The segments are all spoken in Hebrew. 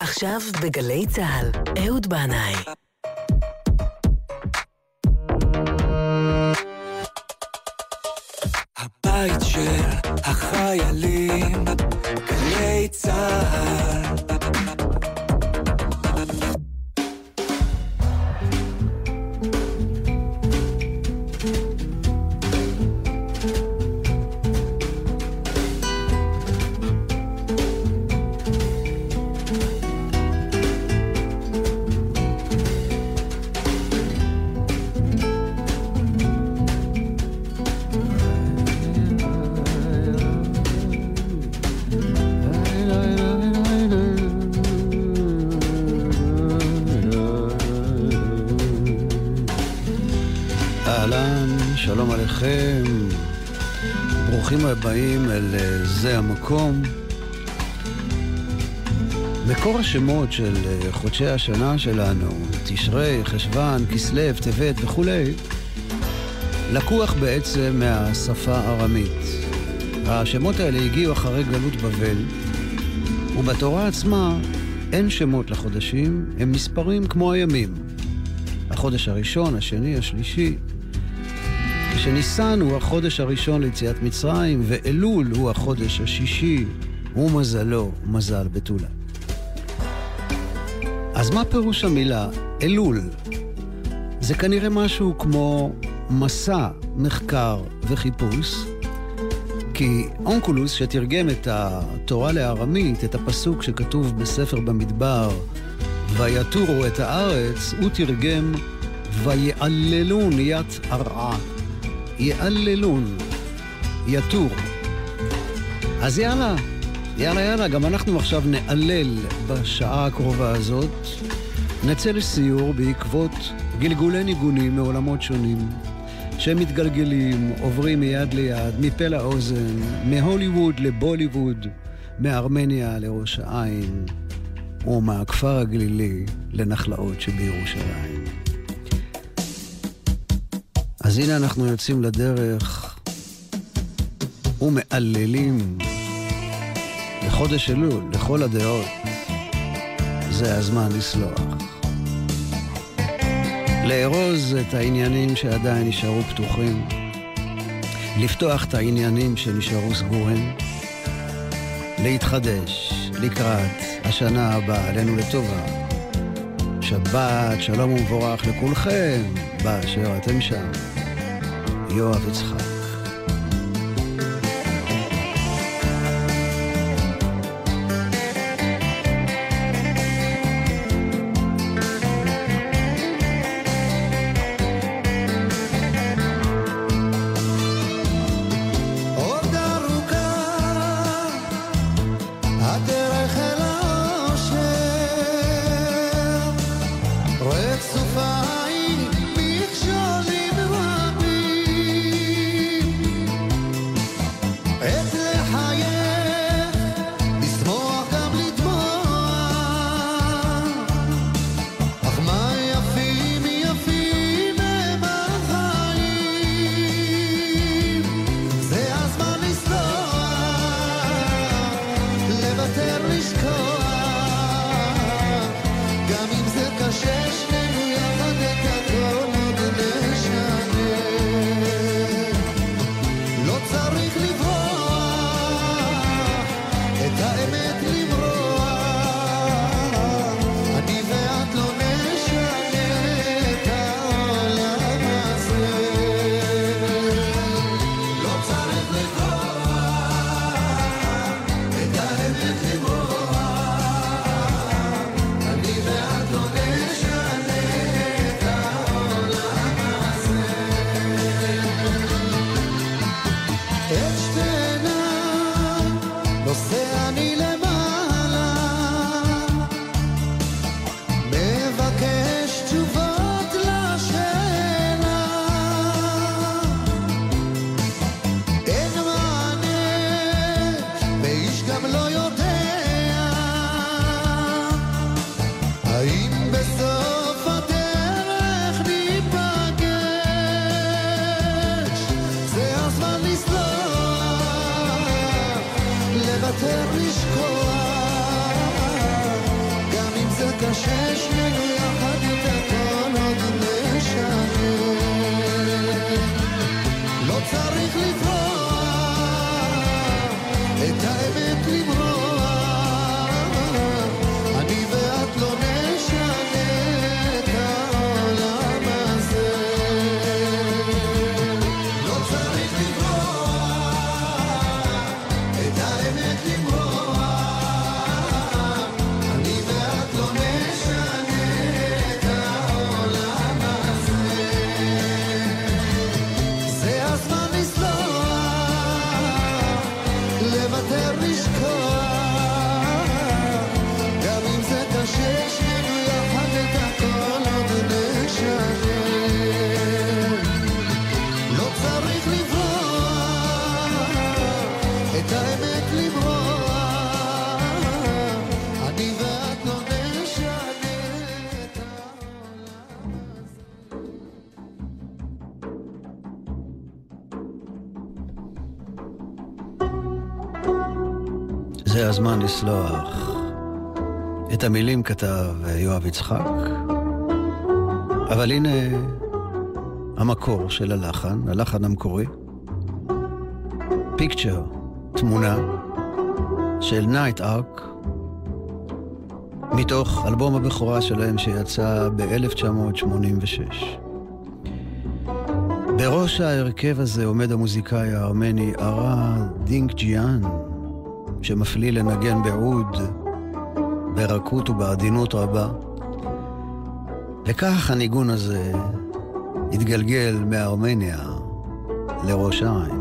עכשיו בגלי צהל, אהוד בנאי. הבית של החיילים, גלי צהל. שלום עליכם, ברוכים הבאים אל זה המקום. מקור השמות של חודשי השנה שלנו, תשרי, חשבן, כסלו, טבת וכולי, לקוח בעצם מהשפה הארמית. השמות האלה הגיעו אחרי גלות בבל, ובתורה עצמה אין שמות לחודשים, הם מספרים כמו הימים. החודש הראשון, השני, השלישי, שניסן הוא החודש הראשון ליציאת מצרים, ואלול הוא החודש השישי, ומזלו מזל בתולה. אז מה פירוש המילה אלול? זה כנראה משהו כמו מסע, מחקר וחיפוש, כי אונקולוס שתרגם את התורה לארמית, את הפסוק שכתוב בספר במדבר, ויתורו את הארץ, הוא תרגם ויעללון ית ארעה. יעללון, יתור. אז יאללה, גם אנחנו עכשיו נעלל בשעה הקרובה הזאת. נצא לסיור בעקבות גלגולי ניגונים מעולמות שונים, שהם מתגלגלים, עוברים מיד ליד, מפה לאוזן, מהוליווד לבוליווד, מארמניה לראש העין, ומהכפר הגלילי לנחלאות שבירושלים. אז הנה אנחנו יוצאים לדרך ומעללים לחודש אלול, לכל הדעות. זה הזמן לסלוח. לארוז את העניינים שעדיין נשארו פתוחים, לפתוח את העניינים שנשארו סגורים, להתחדש לקראת השנה הבאה עלינו לטובה. שבת, שלום ומבורך לכולכם באשר אתם שם. יואב יצחק. רצופה עם מכשולים רבים זה הזמן לסלוח. את המילים כתב יואב יצחק, אבל הנה המקור של הלחן המקורי. Picture, תמונה של Night Ark, מתוך אלבום הבכורה שלהם שיצא ב-1986. בראש ההרכב הזה עומד המוזיקאי הארמני ארה דינקג'יאן, שמפליא לנגן בעוד, ברכות ובעדינות רבה. וכך הניגון הזה התגלגל מארמניה לראש העין.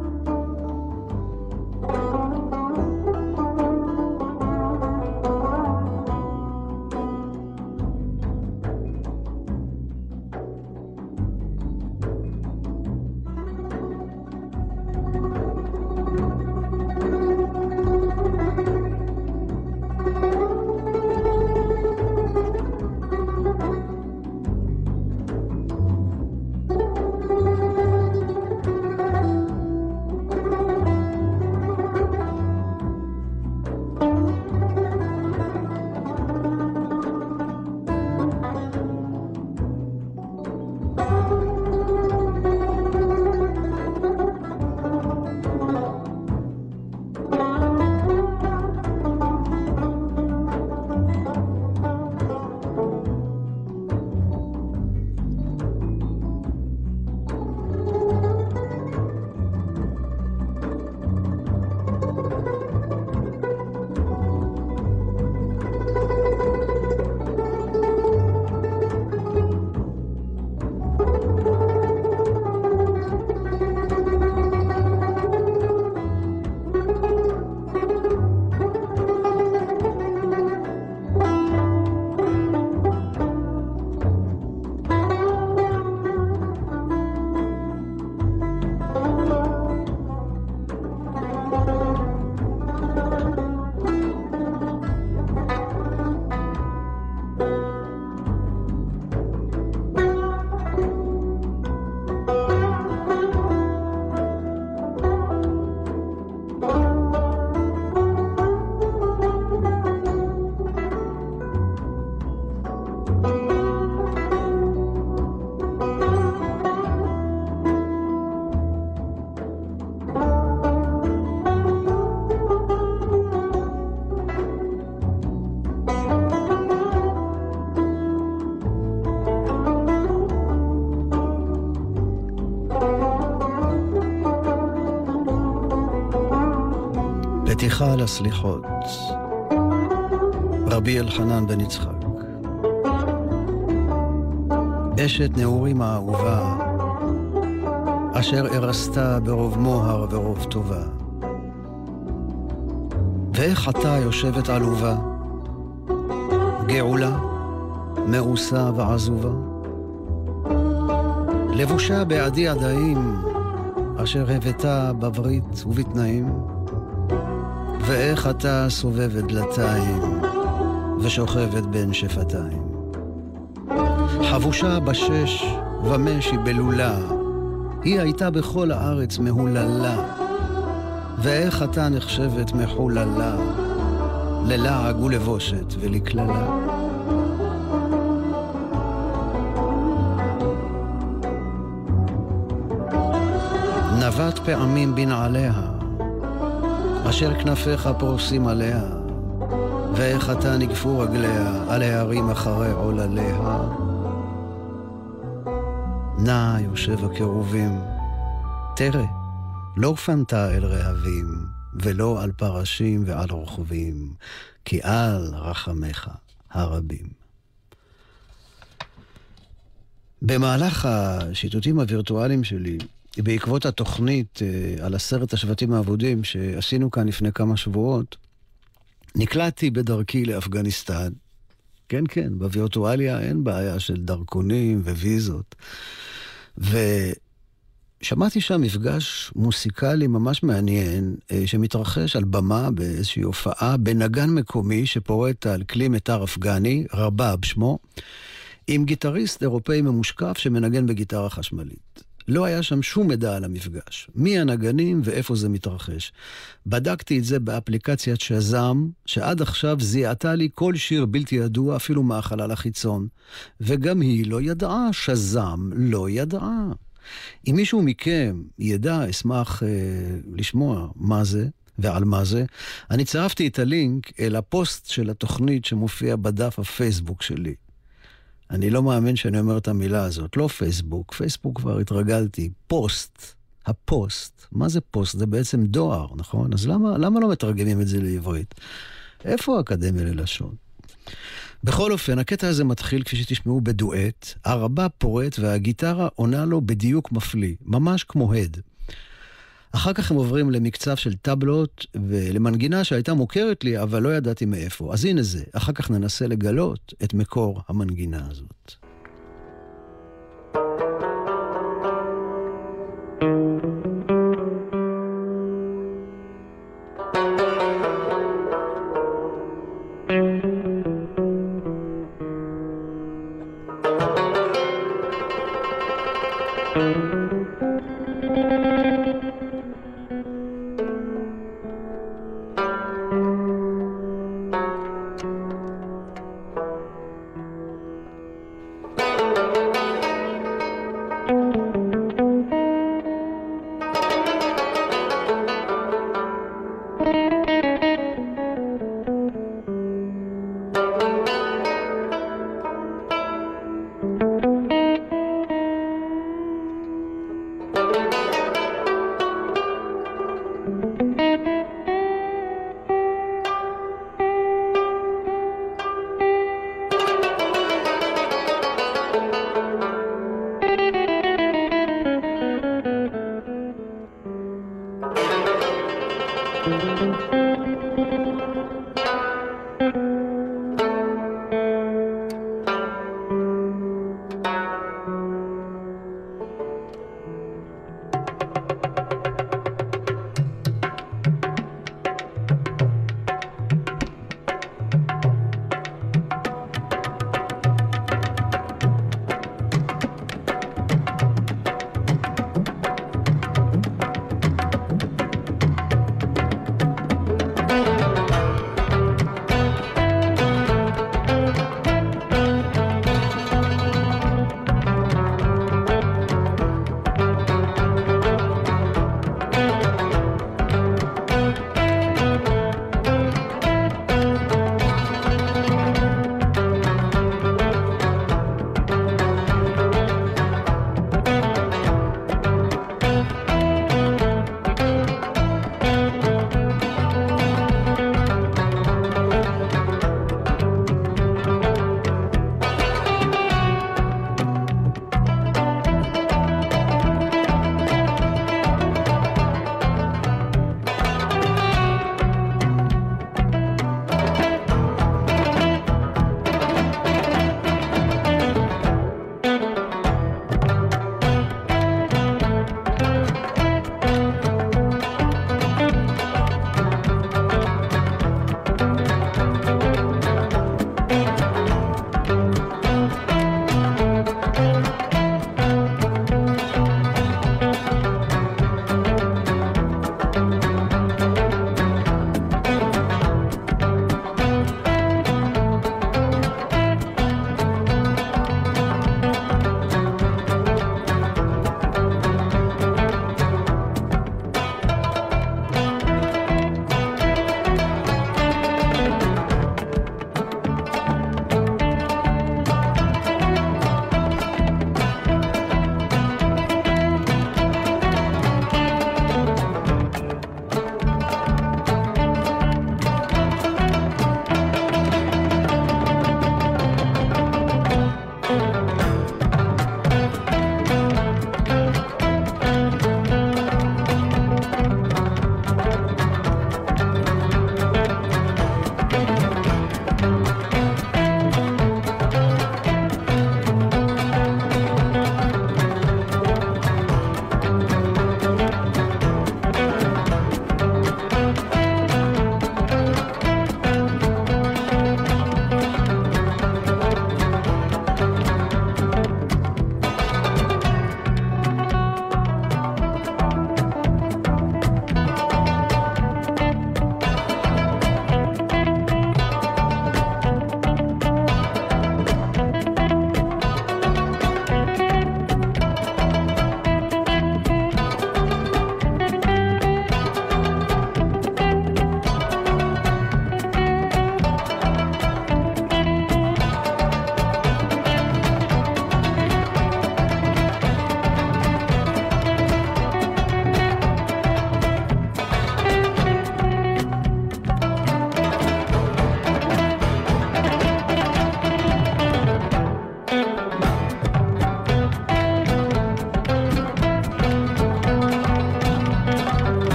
פתיחה לסליחות, רבי אלחנן בן יצחק. אשת נעורים האהובה, אשר הרסתה ברוב מוהר ורוב טובה. ואיך אתה יושבת עלובה, גאולה, מאוסה ועזובה. לבושה בעדי עדיים, אשר הבאתה בברית ובתנאים. ואיך אתה סובבת דלתיים ושוכבת בין שפתיים. חבושה בשש ומשי בלולה, היא הייתה בכל הארץ מהוללה. ואיך אתה נחשבת מחוללה, ללעג ולבושת ולכללה. נבט פעמים בנעליה, אשר כנפיך פורסים עליה. ואיך אתה נגפו רגליה על הערים אחרי עולליה. נע יושב הקרובים, תראה, לא פנתה אל רהבים, ולא על פרשים ועל רוכבים, כי על רחמך הרבים. במהלך השיטוטים הווירטואליים שלי, בעקבות התוכנית על 10 השבטים האבודים שעשינו כאן לפני כמה שבועות, נקלעתי בדרכי לאפגניסטן. כן, כן, בווירטואליה אין בעיה של דרכונים וויזות. ושמעתי שם מפגש מוסיקלי ממש מעניין, שמתרחש על במה באיזושהי הופעה, בנגן מקומי שפורט על כלי מיתר אפגני, רבאב שמו, עם גיטריסט אירופאי ממושקף שמנגן בגיטרה חשמלית. לא היה שם שום מידע על המפגש. מי הנגנים ואיפה זה מתרחש. בדקתי את זה באפליקציית שזם, שעד עכשיו זיהתה לי כל שיר בלתי ידוע, אפילו מהחלל החיצון. וגם היא לא ידעה, שזם לא ידעה. אם מישהו מכם ידע, אשמח לשמוע מה זה ועל מה זה. אני צירפתי את הלינק אל הפוסט של התוכנית שמופיע בדף הפייסבוק שלי. אני לא מאמין שאני אומר את המילה הזאת, לא פייסבוק, פייסבוק כבר התרגלתי, פוסט, הפוסט, מה זה פוסט? זה בעצם דואר, נכון? אז למה לא מתרגמים את זה לעברית? איפה האקדמיה ללשון? בכל אופן, הקטע הזה מתחיל כפי שתשמעו בדואט, הרבה פורט והגיטרה עונה לו בדיוק מפליא, ממש כמו הד. אחר כך הם עוברים למקצב של טבלות ולמנגינה שהייתה מוכרת לי, אבל לא ידעתי מאיפה. אז הנה זה, אחר כך ננסה לגלות את מקור המנגינה הזאת.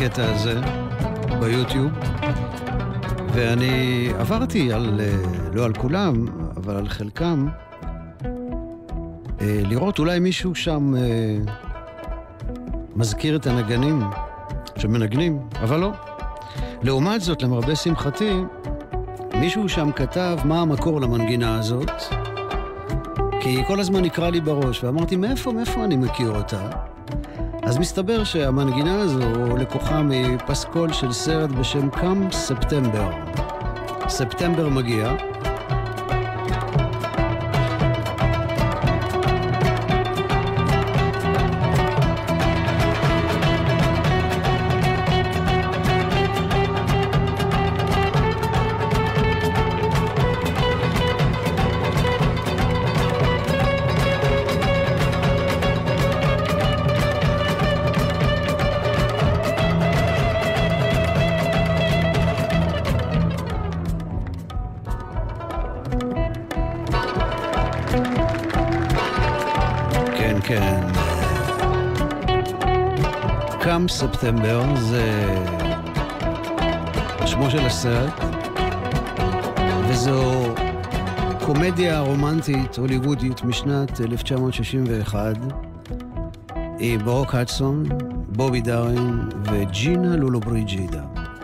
הקטע הזה ביוטיוב, ואני עברתי על, לא על כולם, אבל על חלקם, לראות אולי מישהו שם מזכיר את הנגנים שמנגנים, אבל לא. לעומת זאת, למרבה שמחתי, מישהו שם כתב מה המקור למנגינה הזאת, כי היא כל הזמן נקרא לי בראש, ואמרתי, מאיפה אני מכיר אותה? אז מסתבר שהמנגינה הזו לקוחה מפסקול של סרט בשם קאם ספטמבר. ספטמבר מגיע. קאם ספטמבר זה שמו של הסרט, וזו קומדיה רומנטית הוליוודית משנת 1961 עם ברוק הדסון, בובי דארין וג'ינה לולובריג'ידה.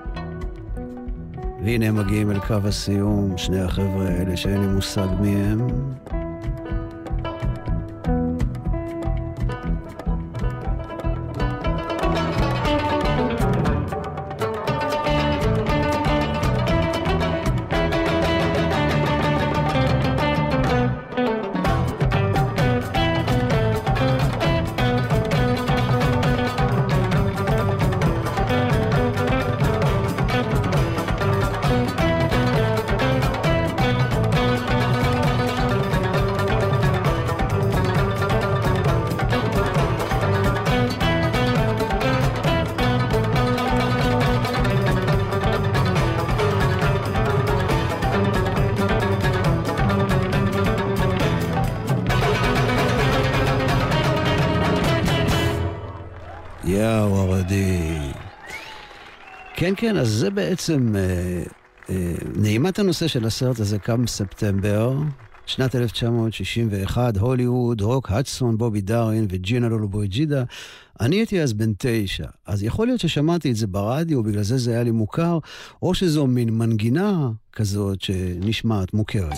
והנה הם מגיעים אל קו הסיום, שני החבר'ה האלה שאין לי מושג מי הם. כן, אז זה בעצם נעימת הנושא של הסרט הזה, קאם ספטמבר, שנת 1961, הוליווד, רוק הדסון, בובי דארין וג'ינה לולובריג'ידה. אני הייתי אז בן 9, אז יכול להיות ששמעתי את זה ברדיו, בגלל זה היה לי מוכר, או שזו מין מנגינה כזאת שנשמעת מוכרת.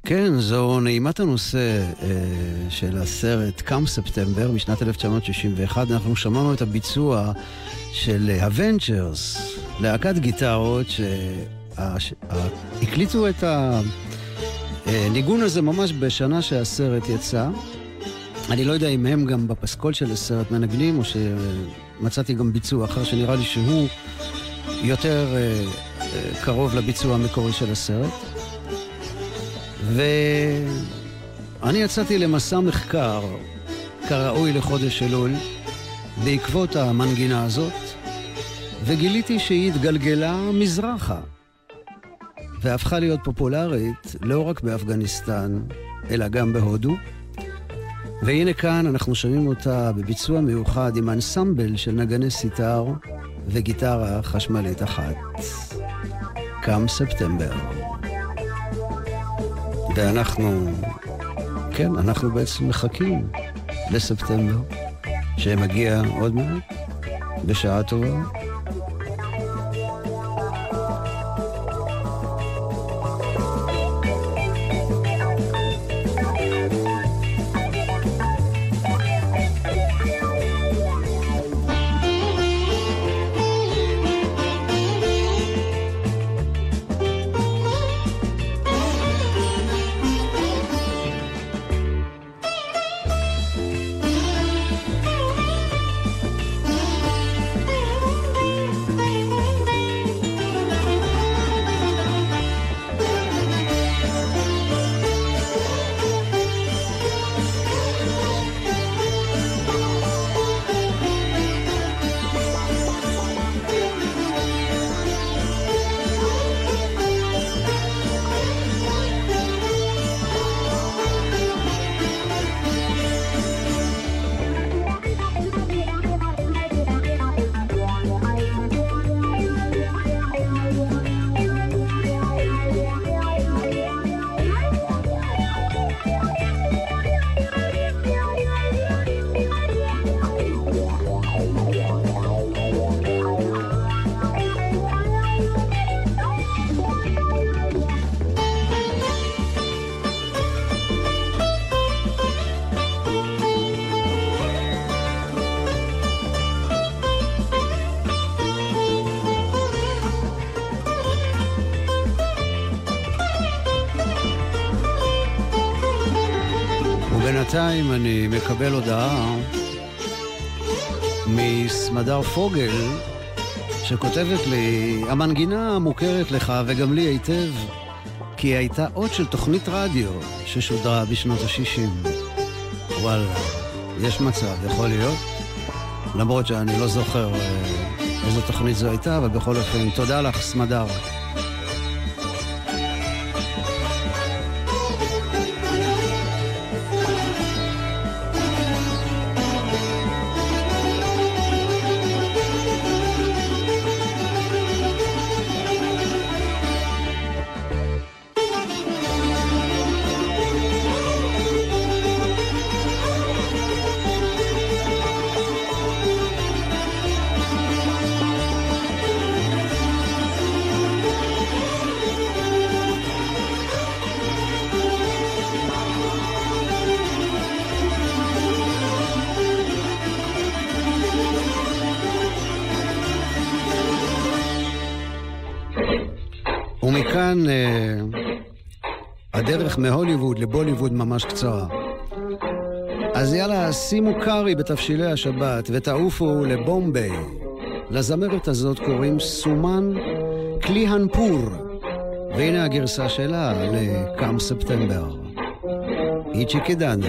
כן, זו נעימת הנושא של הסרט קאם ספטמבר משנת 1961. אנחנו שמענו את הביצוע של הוונצ'רס, להקת גיטרות שהקליטו את הניגון הזה ממש בשנה שהסרט יצא. אני לא יודע אם הם גם בפסקול של הסרט מנגנים, או שמצאתי גם ביצוע אחר שנראה לי שהוא יותר קרוב לביצוע המקורי של הסרט. ואני יצאתי למסע מחקר כראוי לחודש אלול בעקבות המנגינה הזאת, וגיליתי שהיא התגלגלה מזרחה והפכה להיות פופולרית לא רק באפגניסטן אלא גם בהודו. והנה כאן אנחנו שומעים אותה בביצוע מיוחד עם אנסמבל של נגני סיטר וגיטרה חשמלית אחת. קאם ספטמבר. ואנחנו, כן, אנחנו בעצם מחכים לספטמבר, שמגיע עוד מעט, בשעה טובה. בינתיים אני מקבל הודעה מסמדר פוגל שכותבת לי, המנגינה מוכרת לך וגם לי היטב, כי היא הייתה עוד של תוכנית רדיו ששודרה בשנות ה-60. וואלה, יש מצב, יכול להיות, למרות שאני לא זוכר איזו תוכנית זו הייתה, אבל בכל אופן תודה לך סמדר. ומכאן הדרך מהוליווד לבוליווד ממש קצרה. אז יאללה, שימו קרי בתפשילי השבת ותעופו לבומביי. לזמרת הזאת קוראים סומן קליהנפור, והנה הגרסה שלה לקאם ספטמבר. איצ'י קדנה.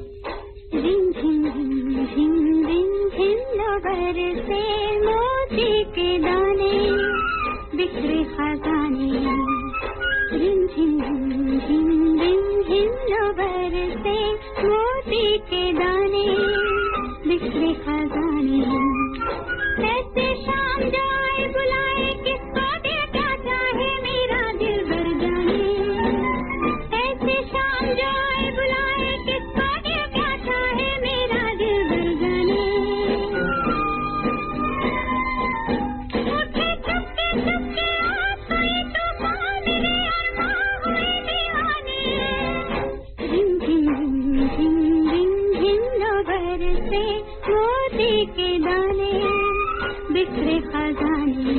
बिखरे खजाने रिम झिम झिम रिम झिम लो बरसे मोती के दाने बिखरे खजाने ऐसे शाम जाए बुलाए किसको दे क्या चाहे मेरा दिल भर जाने ऐसे शाम जाए बुलाए किसको दे क्या चाहे मेरा दिल भर जाने चुपके चुपके आप कोई तूफान मेरे अरमान हुए दीवाने खजाने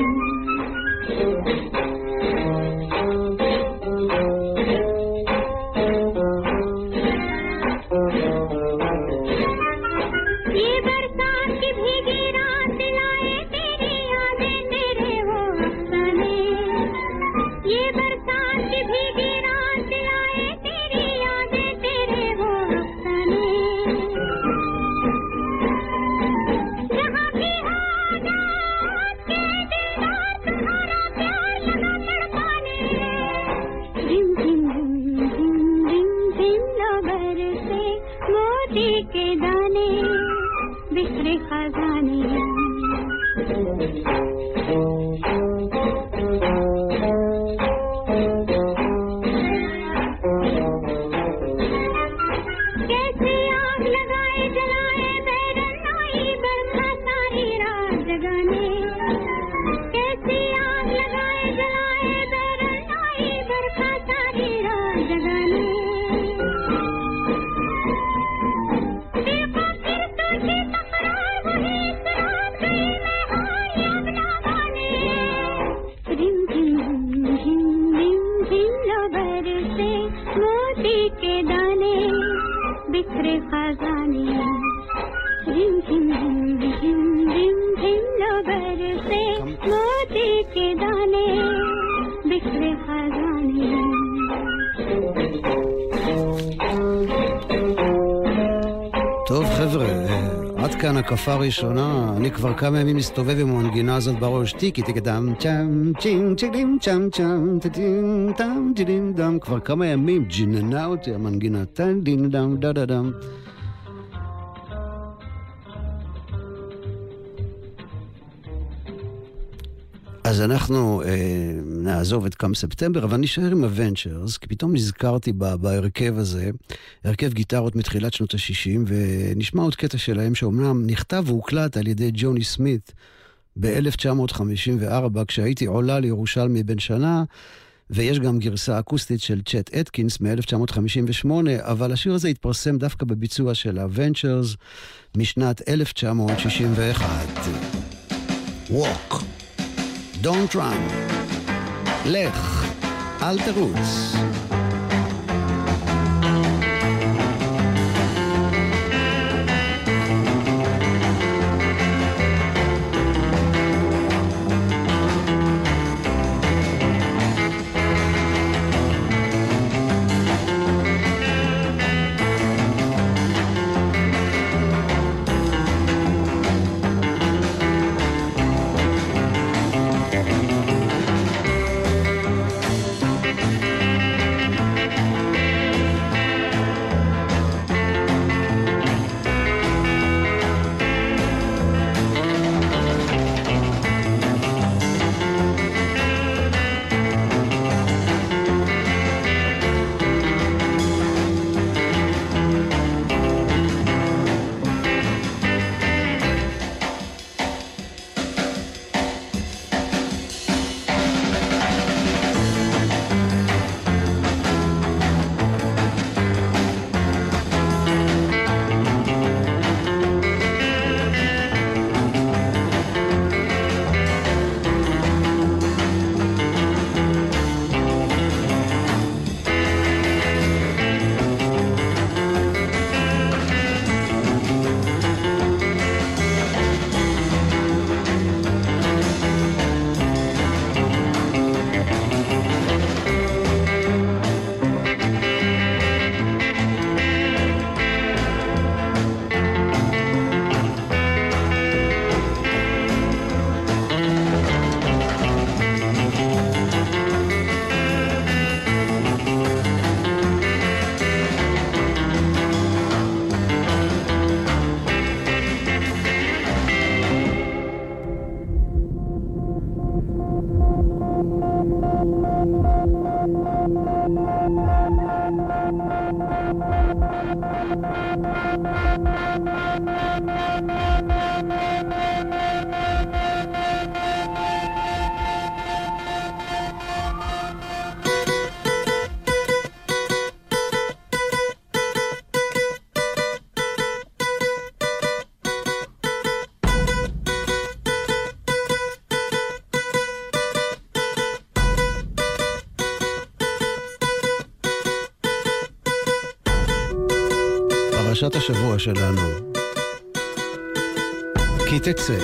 ये बरसात की भीगी रात लाए तेरी यादें तेरे वो अफसाने ये बरसात की भीगी रात लाए तेरी यादें तेरे वो अफसाने जहाँ भी हो रात के दिलदार तुम्हारा प्यार लगा तड़पाने रिम झिम रिम रिम झिम लो बरसे मोती के दाने बिखरे खजाने कैसे आग लगाए जलाए बैरनाई बरखा सारी रात जगाने कैसे आग लगाए जलाए बैरनाई बरखा सारी रात जगाने देखो फिर तुझे तकरार वही इस रात गई मैं हाय अब ना माने रिम झिम झिम रिम झिम लो बरसे मोती के दाने बिखरे खजाने रिम झिम रिम रिम झिम लो बरसे मोती के दाने बिखरे खजाने טוב חבר'ה, עד כאן הקפה ראשונה. אני כבר כמה ימים מסתובב עם המנגינה הזאת בראש. טיקי טיקי דם צ'ם צ'ים צ'ילים צ'ם צ'ם טטים טם ג'ילים דם. כבר כמה ימים ג'יננה אותי המנגינה טן דין דם דה דה דם. אז אנחנו נעזוב את קאם ספטמבר, אבל נשאר עם הוונצ'רס, כי פתאום נזכרתי בהרכב הזה, הרכב גיטרות מתחילת שנות ה-60, ונשמע עוד קטע שלהם שאומנם נכתב והוקלט על ידי ג'וני סמית ב-1954, כשהייתי עולה לירושלמי בן שנה, ויש גם גרסה אקוסטית של צ'ט אטקינס מ-1958, אבל השיר הזה התפרסם דווקא בביצוע של הוונצ'רס משנת 1961. Walk. Don't run. לך, אל תרוץ. פרשת השבוע שלנו. כי תצא.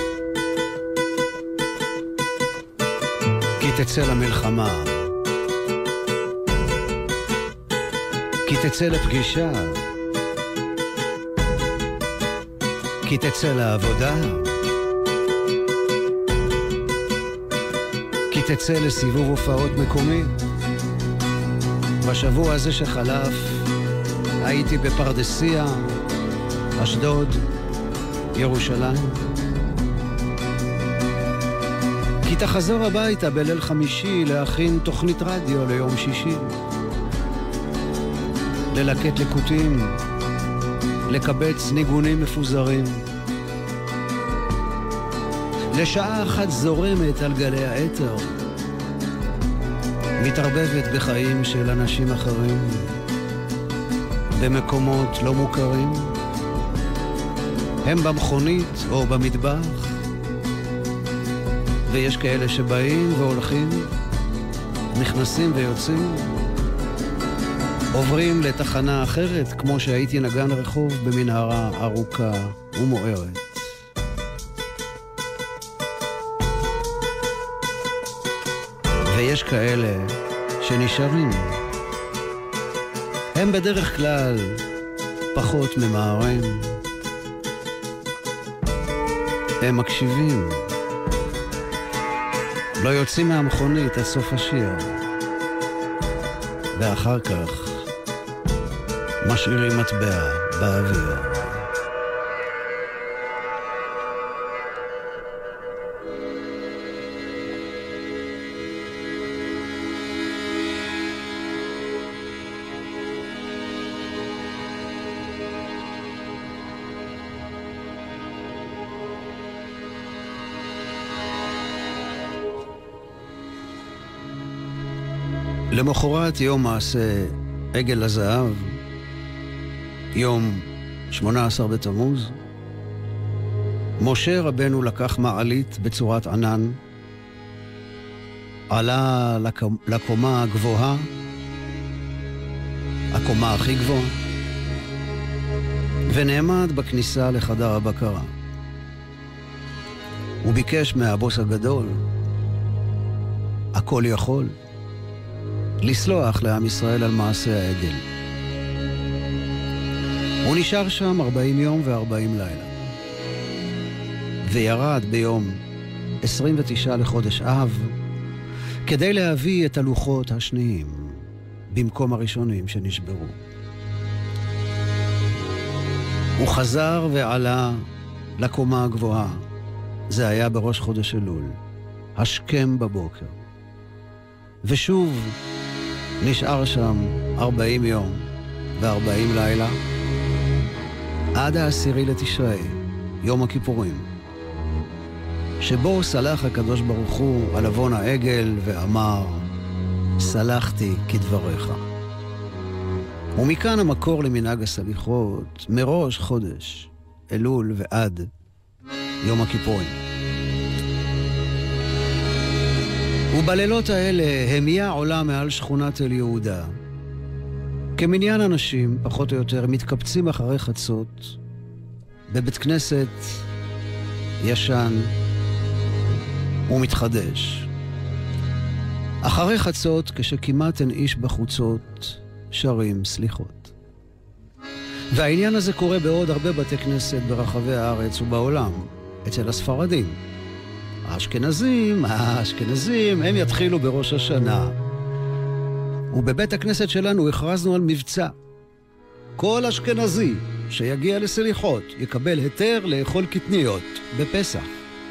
כי תצא למלחמה. כי תצא לפגישה. כי תצא לעבודה. כי תצא לסיבוב הופעות מקומי. בשבוע הזה שחלף הייתי בפרדסיה, אשדוד, ירושלים. כי תחזור הביתה בליל חמישי להכין תוכנית רדיו ליום שישי. ללקט לקוטים, לקבץ ניגונים מפוזרים. לשעה אחת זורמת על גלי האתר, מתערבבת בחיים של אנשים אחרים, במקומות לא מוכרים. הם במכונית או במטבח, ויש כאלה שבאים והולכים, נכנסים ויוצאים, עוברים לתחנה אחרת, כמו שהייתי נגן רחוב במנהרה ארוכה ומוארת. ויש כאלה שנשארים. הם בדרך כלל פחות ממהרים. הם מקשיבים. לא יוצאים מהמכונית עד סוף השיר. ואחר כך משאירים מטבע באוויר. למחרת יום מעשה עגל הזהב, יום 18 בתמוז, משה רבנו לקח מעלית בצורת ענן, עלה לקומה הגבוהה, הקומה הכי גבוהה, ונעמד בכניסה לחדר הבקרה. הוא ביקש מהבוס הגדול, הכל יכול, לסלוח לעם ישראל על מעשה העגל. הוא נשאר שם 40 יום ו40 לילה. וירד ביום 29 לחודש אב, כדי להביא את הלוחות השניים, במקום הראשונים שנשברו. הוא חזר ועלה לקומה הגבוהה. זה היה בראש חודש אלול, השכם בבוקר. ושוב נשאר שם 40 יום ו40 לילה, עד 10 לתשרי, יום הכיפורים, שבו סלח הקדוש ברוך הוא על עוון העגל ואמר, סלחתי כדבריך. ומכאן המקור למנהג הסליחות, מראש חודש אלול ועד יום הכיפורים. ובלילות האלה המיה עולה מעל שכונת אל יהודה. כמניין אנשים, פחות או יותר, מתקבצים אחרי חצות בבית כנסת ישן ומתחדש. אחרי חצות, כשכמעט אין איש בחוצות, שרים סליחות. והעניין הזה קורה בעוד הרבה בתי כנסת ברחבי הארץ ובעולם, אצל הספרדים. האשכנזים, הם יתחילו בראש השנה. ובבית הכנסת שלנו הכרזנו על מבצע. כל אשכנזי שיגיע לסליחות יקבל היתר לאכול קטניות בפסח.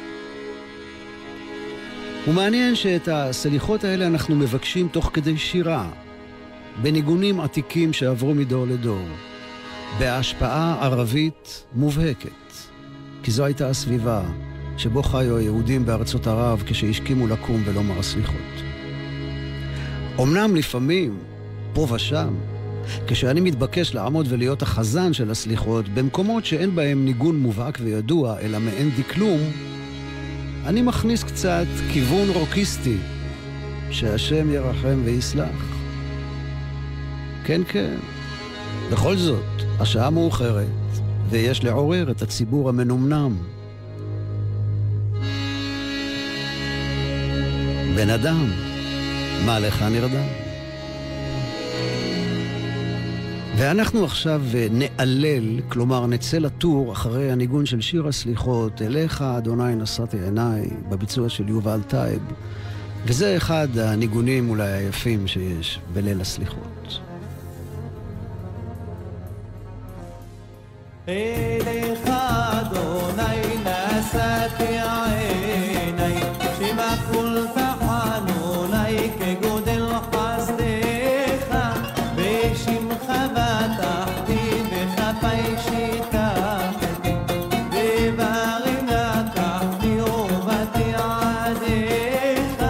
ומעניין שאת הסליחות האלה אנחנו מבקשים תוך כדי שירה, בניגונים עתיקים שעברו מדור לדור, בהשפעה ערבית מובהקת, כי זו הייתה הסביבה שבו חיו היהודים בארצות ערב כשהשכימו לקום ולומר סליחות. אמנם לפעמים, פה ושם, כשאני מתבקש לעמוד ולהיות החזן של הסליחות, במקומות שאין בהם ניגון מובהק וידוע, אלא מעין דקלום, אני מכניס קצת כיוון רוקיסטי, שהשם ירחם ויסלח. כן, כן. בכל זאת, השעה מאוחרת, ויש לעורר את הציבור המנומנם. בן אדם, מה לך נרדם? ואנחנו עכשיו נעלל, כלומר נצא לטור אחרי הניגון של שיר הסליחות, אליך אדוני נשאתי עיניי, בביצוע של יובל טייב, וזה אחד הניגונים אולי היפים שיש בליל הסליחות. אליך אדוני נשאתי עיניי, שמקול תחנוני כגודל חסדך, בשמך בטחתי בכפי שיטחתי, בברים לקחתי ובאתי עדיך.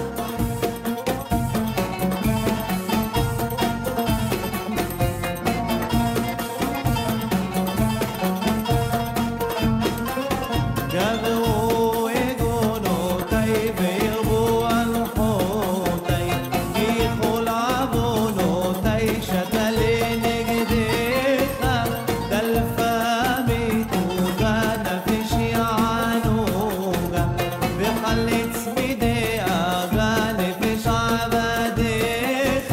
גברו עגונותי וירבו הלכותי, ככל עוונותי שתה לנגדך, דלפה מתוגה נפשי ענוגה, וחלץ מדאגה נפש עבדיך.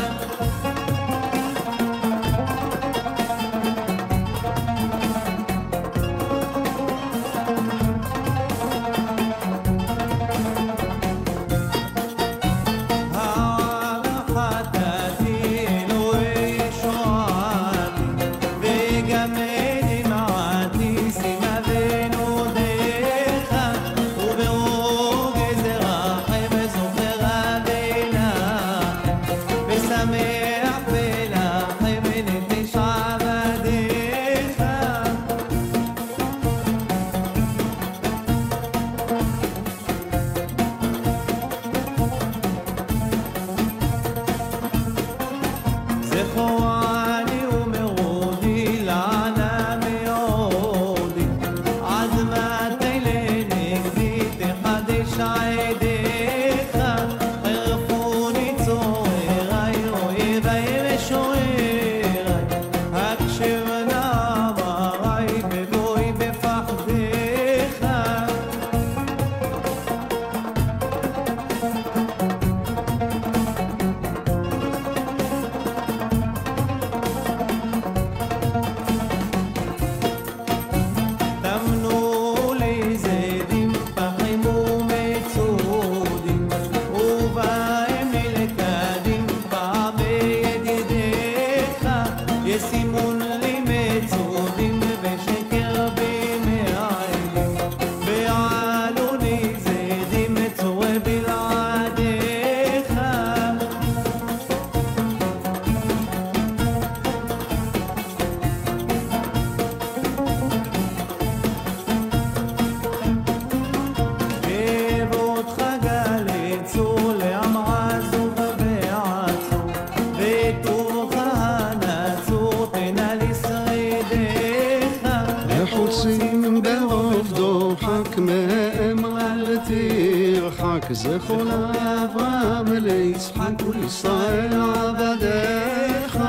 הערכתי אלוהי שועתי, וגם דמעתי שימה ונודיך, וברוגז רחם זוכר ונחם, ושמח ולחם נפש עבדיך. זכורני ומרודי לענה מאודי, עד מתי לנגדי תחדש עדיך, חרפוני צוררי אויבי משוררי, הקשב נאמרי בבואי בפחדך. תמנו לי זדים פחים ומצודים, ובהם מלכדים פעמי ידידיך, ישימון לי מצודים ושקר במעלים, ועלוני זדים מצורה בלעדיך. כבודך גלצו לעמרזו ובעצו, וטובך הנצור תנה לשרידך, לחוצים ברוב דוחק מאמרה לתרחק, זכור לאברהם ליצחק ולישראל עבדיך.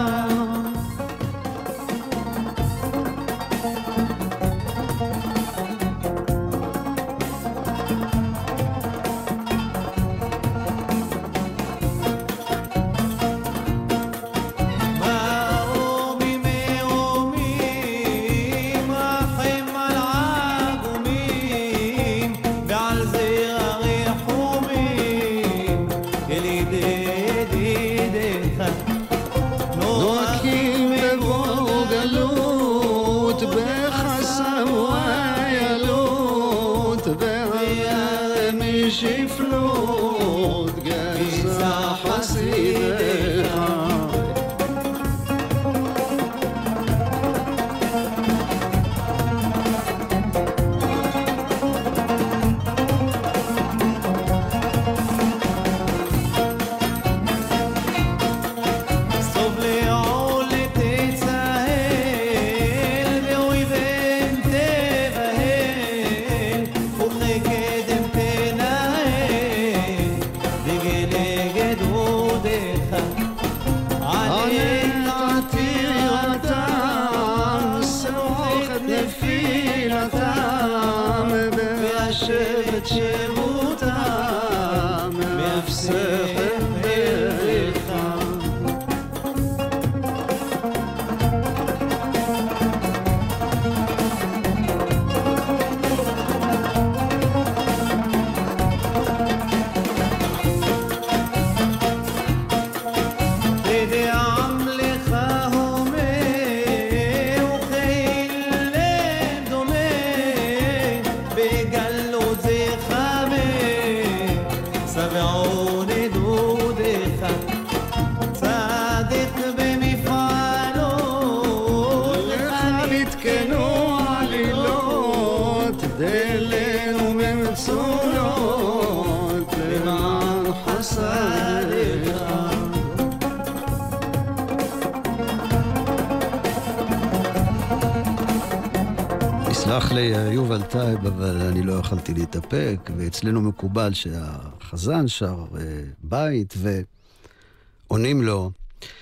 מרומים מרומים, רחם על עגומים, ועל זרע רחומים, ידידיך. נועקים בבור גלות, בחסם ויילות, ועם שפלות גזע חסידך. סוב לעול תצהל, ואויביהם תבהל, וכקדם תנהל, דגל נגד עודך. סחר דרך. סלח לי יובל טייב, אבל אני לא יכולתי להתאפק, ואצלנו מקובל שהחזן שר בית ועונים לו.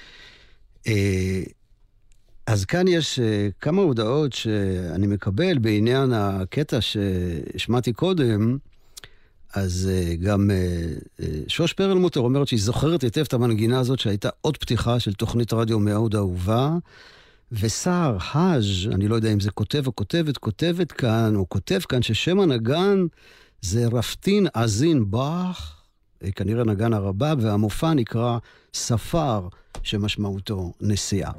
אז כאן יש כמה הודעות שאני מקבל בעניין הקטע ששמעתי קודם. אז גם שוש פרלמוטר אומרת שהיא זוכרת היטב את המנגינה הזאת שהייתה עוד פתיחה של תוכנית רדיו מאוד אהובה, ושר האז', אני לא יודע אם זה כותב או כותבת כאן, או כותב כאן ששם הנגן זה רפטין עזין באך, כנראה נגן הרבה, והמופע נקרא ספר, שמשמעותו נסיעה.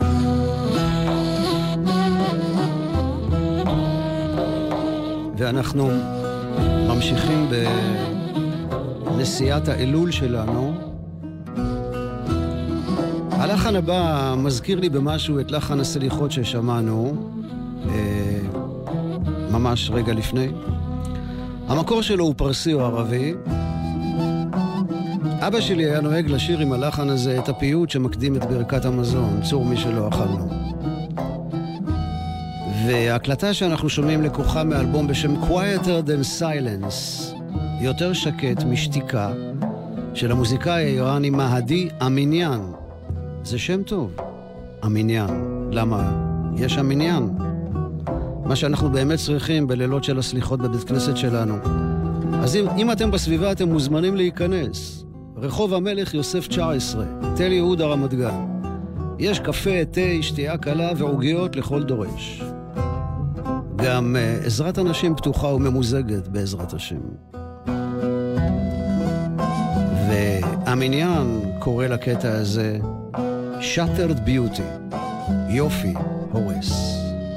ואנחנו ממשיכים בנסיעת האלול שלנו. הלחן הבא מזכיר לי במשהו את לחן הסליחות ששמענו ממש רגע לפני. המקור שלו הוא פרסי או ערבי. אבא שלי היה נוהג לשיר עם הלחן הזה את הפיוט שמקדים את ברכת המזון, צור מי שלא אכלנו. וההקלטה שאנחנו שומעים לקוחה מאלבום בשם Quieter Than Silence, יותר שקט משתיקה, של המוזיקאי האיראני מהדי אמיניאן. זה שם טוב, אמיניאן. למה? יש אמיניאן. מה שאנחנו באמת צריכים בלילות של הסליחות בבית כנסת שלנו. אז אם אתם בסביבה, אתם מוזמנים להיכנס. רחוב המלך יוסף 19, תל יהודה רמת גן. יש קפה, תה, שתייה קלה ועוגיות לכל דורש. גם עזרת אנשים פתוחה וממוזגת בעזרת השם. ואמיניאן קורא לקטע הזה Shattered Beauty, יופי הורס.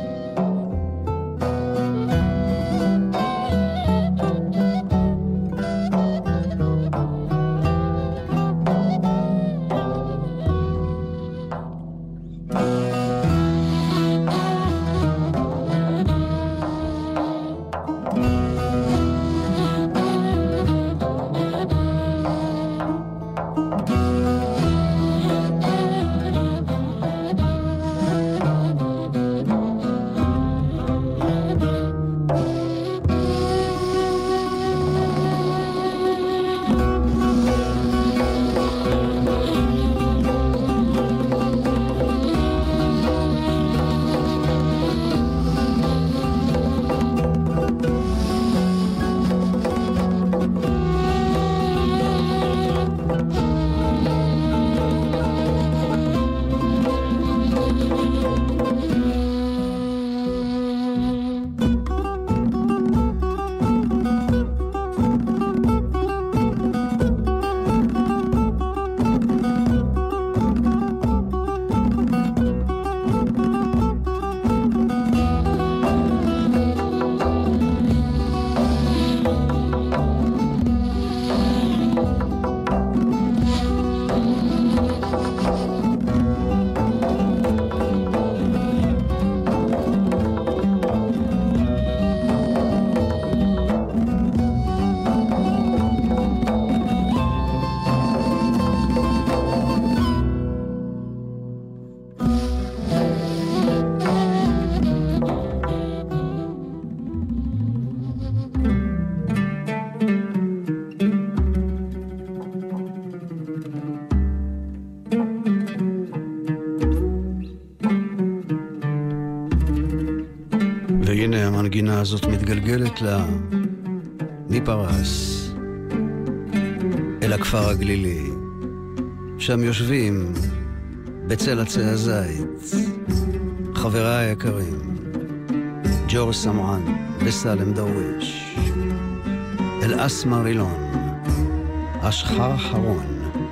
והנה המנגינה הזאת מתגלגלת לה מפרס. אל הכפר הגלילי. שם יושבים בצל עצי הזית חבריי היקרים, ג'ורג' סמרן וסלם דרוויש. אל אסמר אילון, אשחר חרון.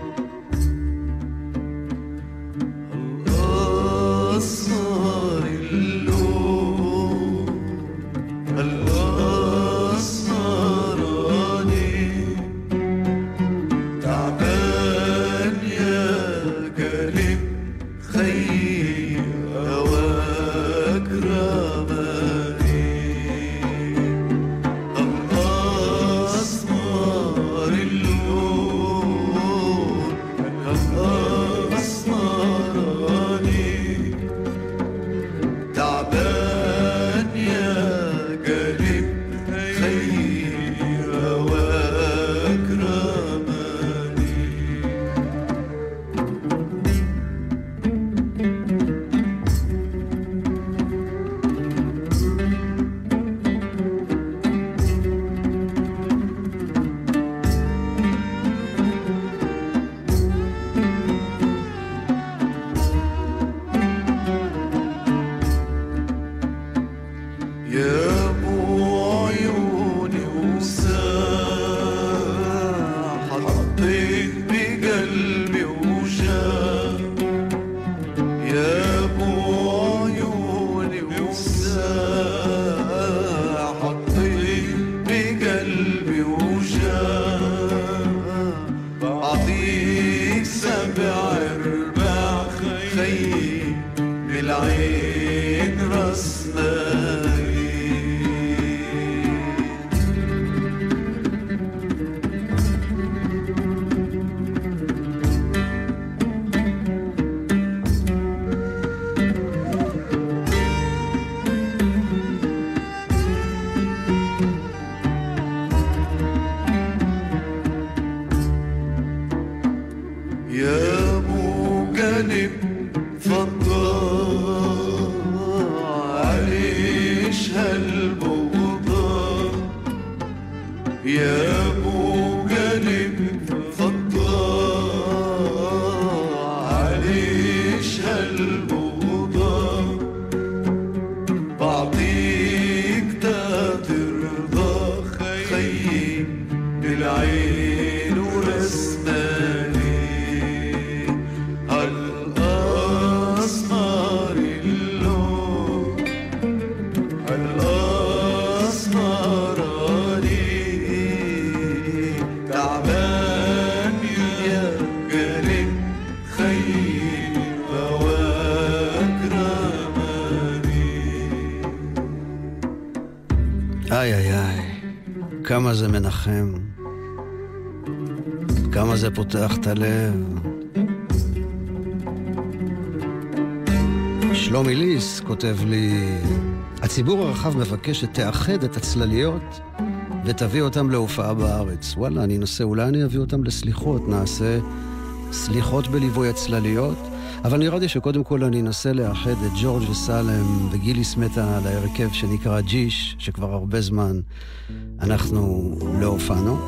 איי איי איי, כמה זה מנחם, כמה זה פותח את הלב. שלומי ליס כותב לי, הציבור הרחב מבקש שתאחד את הצלליות ותביא אותם להופעה בארץ. וואלה, אני ננסה, אולי אני אביא אותם לסליחות, נעשה סליחות בליווי הצלליות, אבל נראה לי שקודם כל אני אנסה לאחד את ג'ורג' וסלם וגילי סמטה להרכב שנקרא ג'יש, שכבר הרבה זמן אנחנו לא הופענו.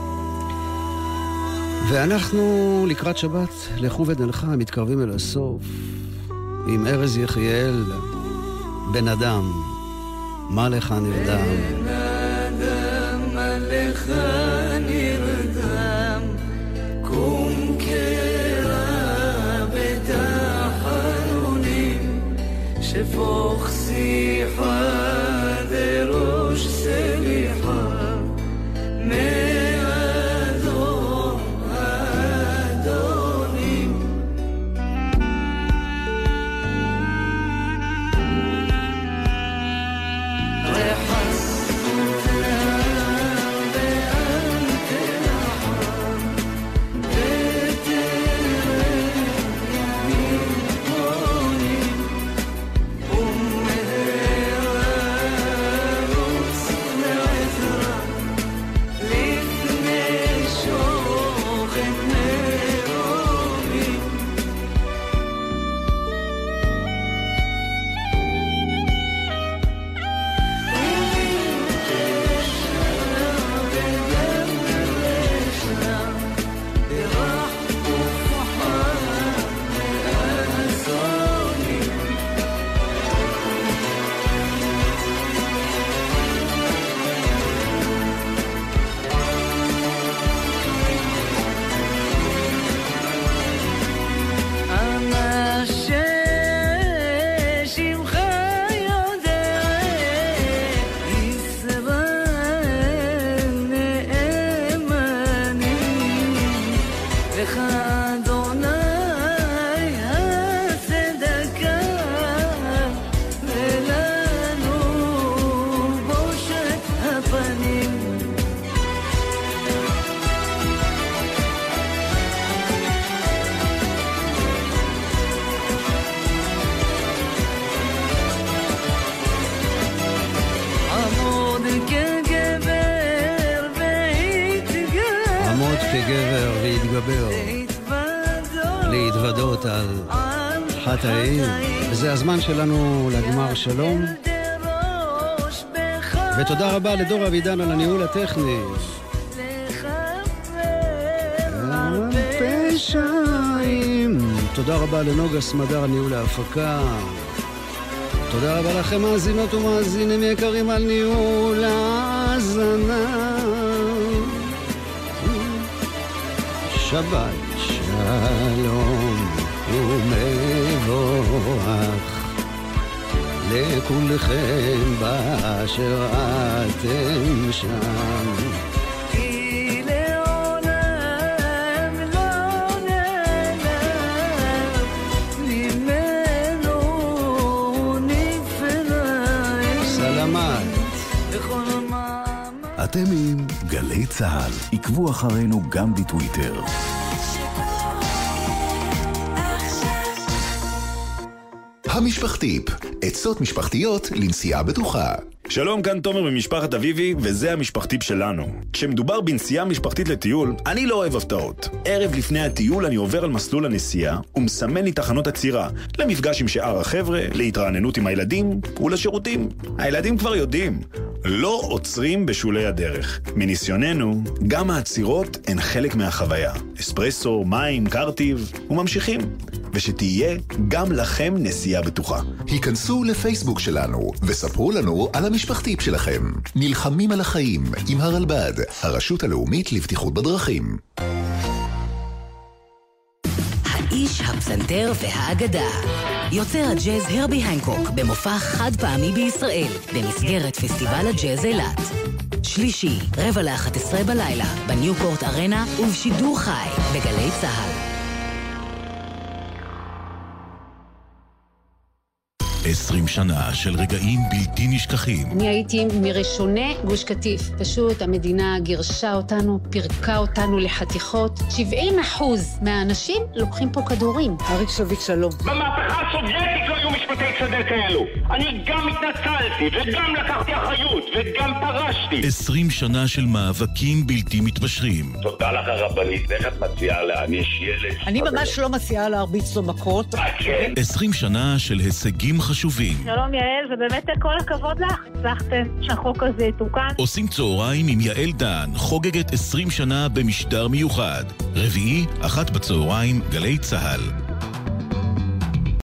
ואנחנו לקראת שבת, לכו ונלכה, מתקרבים אל הסוף, עם ארז יחיאל, בן אדם, מה לך נרדם? בן אדם, מה לך נרדם? קום קרא בתחנונים, שפוך שיחה דרוש סליחה, מאדום האדונים. רחסת והתגבר, להתוודות על חטאים. וזה הזמן שלנו לגמר שלום. ותודה רבה לדור אבידן על הניהול הטכני. תודה רבה לנוגה סמדר על ניהול ההפקה. תודה רבה לכם מאזינות ומאזינים יקרים על ניהול ההאזנה. שבת שלום ומבורך לכולכם באשר אתם שם. אתם עם גלי צהל. עקבו אחרינו גם בטוויטר. המשפחתיפ, עצות משפחתיות לנסיעה בטוחה. שלום, כאן תומר ממשפחת אביבי, וזה המשפחתיפ שלנו. כשמדובר בנסיעה משפחתית לטיול, אני לא אוהב הפתעות. ערב לפני הטיול אני עובר על מסלול הנסיעה, ומסמן לי תחנות עצירה, למפגש עם שאר החבר'ה, להתרעננות עם הילדים ולשירותים. הילדים כבר יודעים, לא עוצרים בשולי הדרך. מניסיוננו, גם העצירות הן חלק מהחוויה. אספרסו, מים, קרטיב, וממשיכים. ושתהיה גם לכם נסיעה בטוחה. היכנסו לפייסבוק שלנו וספרו לנו על המשפחתיפ שלכם. נלחמים על החיים עם הרלב"ד, הרשות הלאומית לבטיחות בדרכים. האיש, הפסנתר והאגדה. יוצר הג'אז הרבי הנקוק במופע חד פעמי בישראל במסגרת פסטיבל הג'אז אילת. שלישי, 12:45 בלילה בניוקורט ארנה ובשידור חי בגלי צהל. 20 שנה של רגעים בלתי נשכחים. אני הייתי מראשוני גוש קטיף. פשוט המדינה גירשה אותנו, פירקה אותנו לחתיכות. 70% מהאנשים לוקחים פה כדורים. אריק שביט, שלום. במהפכה הסובייטית לא היו משפטי צדק כאלו. אני גם התנצלתי וגם לקחתי אחריות וגם פרשתי. 20 שנה של מאבקים בלתי מתפשרים. תודה לך הרבנית, איך את מציעה להעניש ילד? אני ממש לא מציעה להרביץ לו מכות. 20 שנה של הישגים חשובים. שלום יעל, ובאמת כל הכבוד לך, הצלחתם שהחוק הזה יתוקן. עושים צהריים עם יעל דן, חוגגת 20 שנה במשדר מיוחד. רביעי, 13:00 גלי צהל.